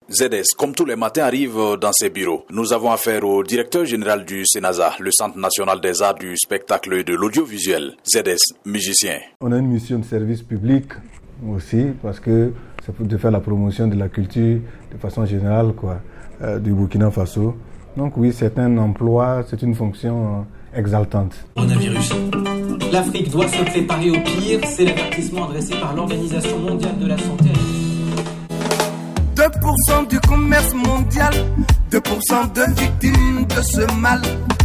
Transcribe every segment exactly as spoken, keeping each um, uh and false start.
Z S, comme tous les matins, arrive dans ses bureaux. Nous avons affaire au directeur général du CNASA, le Centre national des arts du spectacle et de l'audiovisuel. Z S, musicien. On a une mission de service public aussi, parce que c'est de faire la promotion de la culture de façon générale, quoi, euh, du Burkina Faso. Donc oui, c'est un emploi, c'est une fonction euh, exaltante. Coronavirus. L'Afrique doit se préparer au pire, c'est l'avertissement adressé par l'Organisation mondiale de la santé. deux pour cent du commerce mondial, deux pour cent de victimes de ce mal.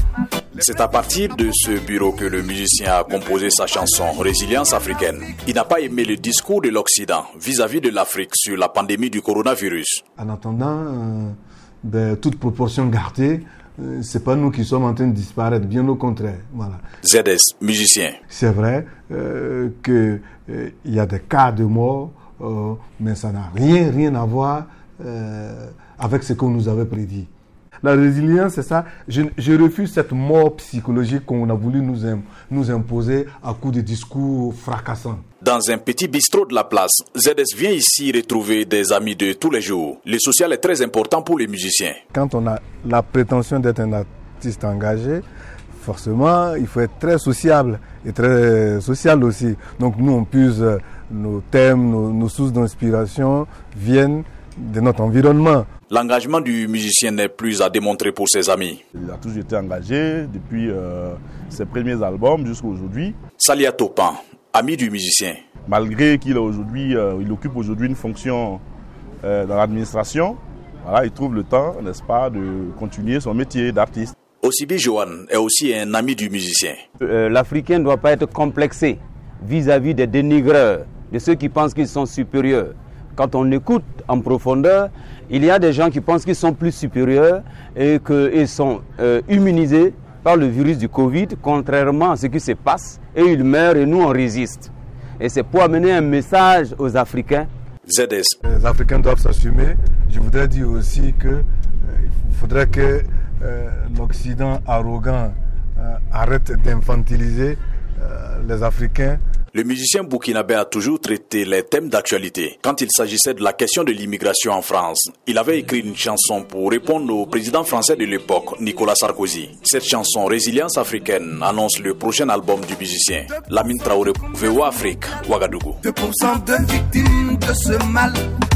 C'est à partir de ce bureau que le musicien a composé sa chanson Résilience africaine. Il n'a pas aimé le discours de l'Occident vis-à-vis de l'Afrique sur la pandémie du coronavirus. En attendant, euh, ben, toute proportion gardée, euh, c'est pas nous qui sommes en train de disparaître, bien au contraire. Voilà. Z S, musicien. C'est vrai euh, qu'il euh, y a des cas de mort, euh, mais ça n'a rien, rien à voir euh, avec ce qu'on nous avait prédit. La résilience, c'est ça. Je, je refuse cette mort psychologique qu'on a voulu nous, nous imposer à coup de discours fracassants. Dans un petit bistrot de la place, Z S vient ici retrouver des amis de tous les jours. Le social est très important pour les musiciens. Quand on a la prétention d'être un artiste engagé, forcément, il faut être très sociable et très social aussi. Donc nous, on puise nos thèmes, nos, nos sources d'inspiration viennent de notre environnement. L'engagement du musicien n'est plus à démontrer pour ses amis. Il a toujours été engagé depuis euh, ses premiers albums jusqu'à aujourd'hui. Salia Topan, ami du musicien. Malgré qu'il a aujourd'hui, euh, il occupe aujourd'hui une fonction euh, dans l'administration, voilà, il trouve le temps, n'est-ce pas, de continuer son métier d'artiste. Osibi Johan est aussi un ami du musicien. Euh, L'Africain ne doit pas être complexé vis-à-vis des dénigreurs, de ceux qui pensent qu'ils sont supérieurs. Quand on écoute en profondeur, il y a des gens qui pensent qu'ils sont plus supérieurs et qu'ils sont euh, immunisés par le virus du Covid, contrairement à ce qui se passe, et ils meurent et nous on résiste. Et c'est pour amener un message aux Africains. Z S. Les Africains doivent s'assumer. Je voudrais dire aussi qu'il euh, faudrait que euh, l'Occident arrogant euh, arrête d'infantiliser euh, les Africains. Le musicien burkinabé a toujours traité les thèmes d'actualité. Quand il s'agissait de la question de l'immigration en France, il avait écrit une chanson pour répondre au président français de l'époque, Nicolas Sarkozy. Cette chanson, Résilience africaine, annonce le prochain album du musicien. Lamine Traoré, V O A Afrique, Ouagadougou. deux pour cent de victimes de ce mal.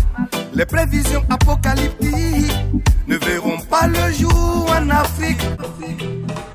Les prévisions apocalyptiques ne verront pas le jour en Afrique.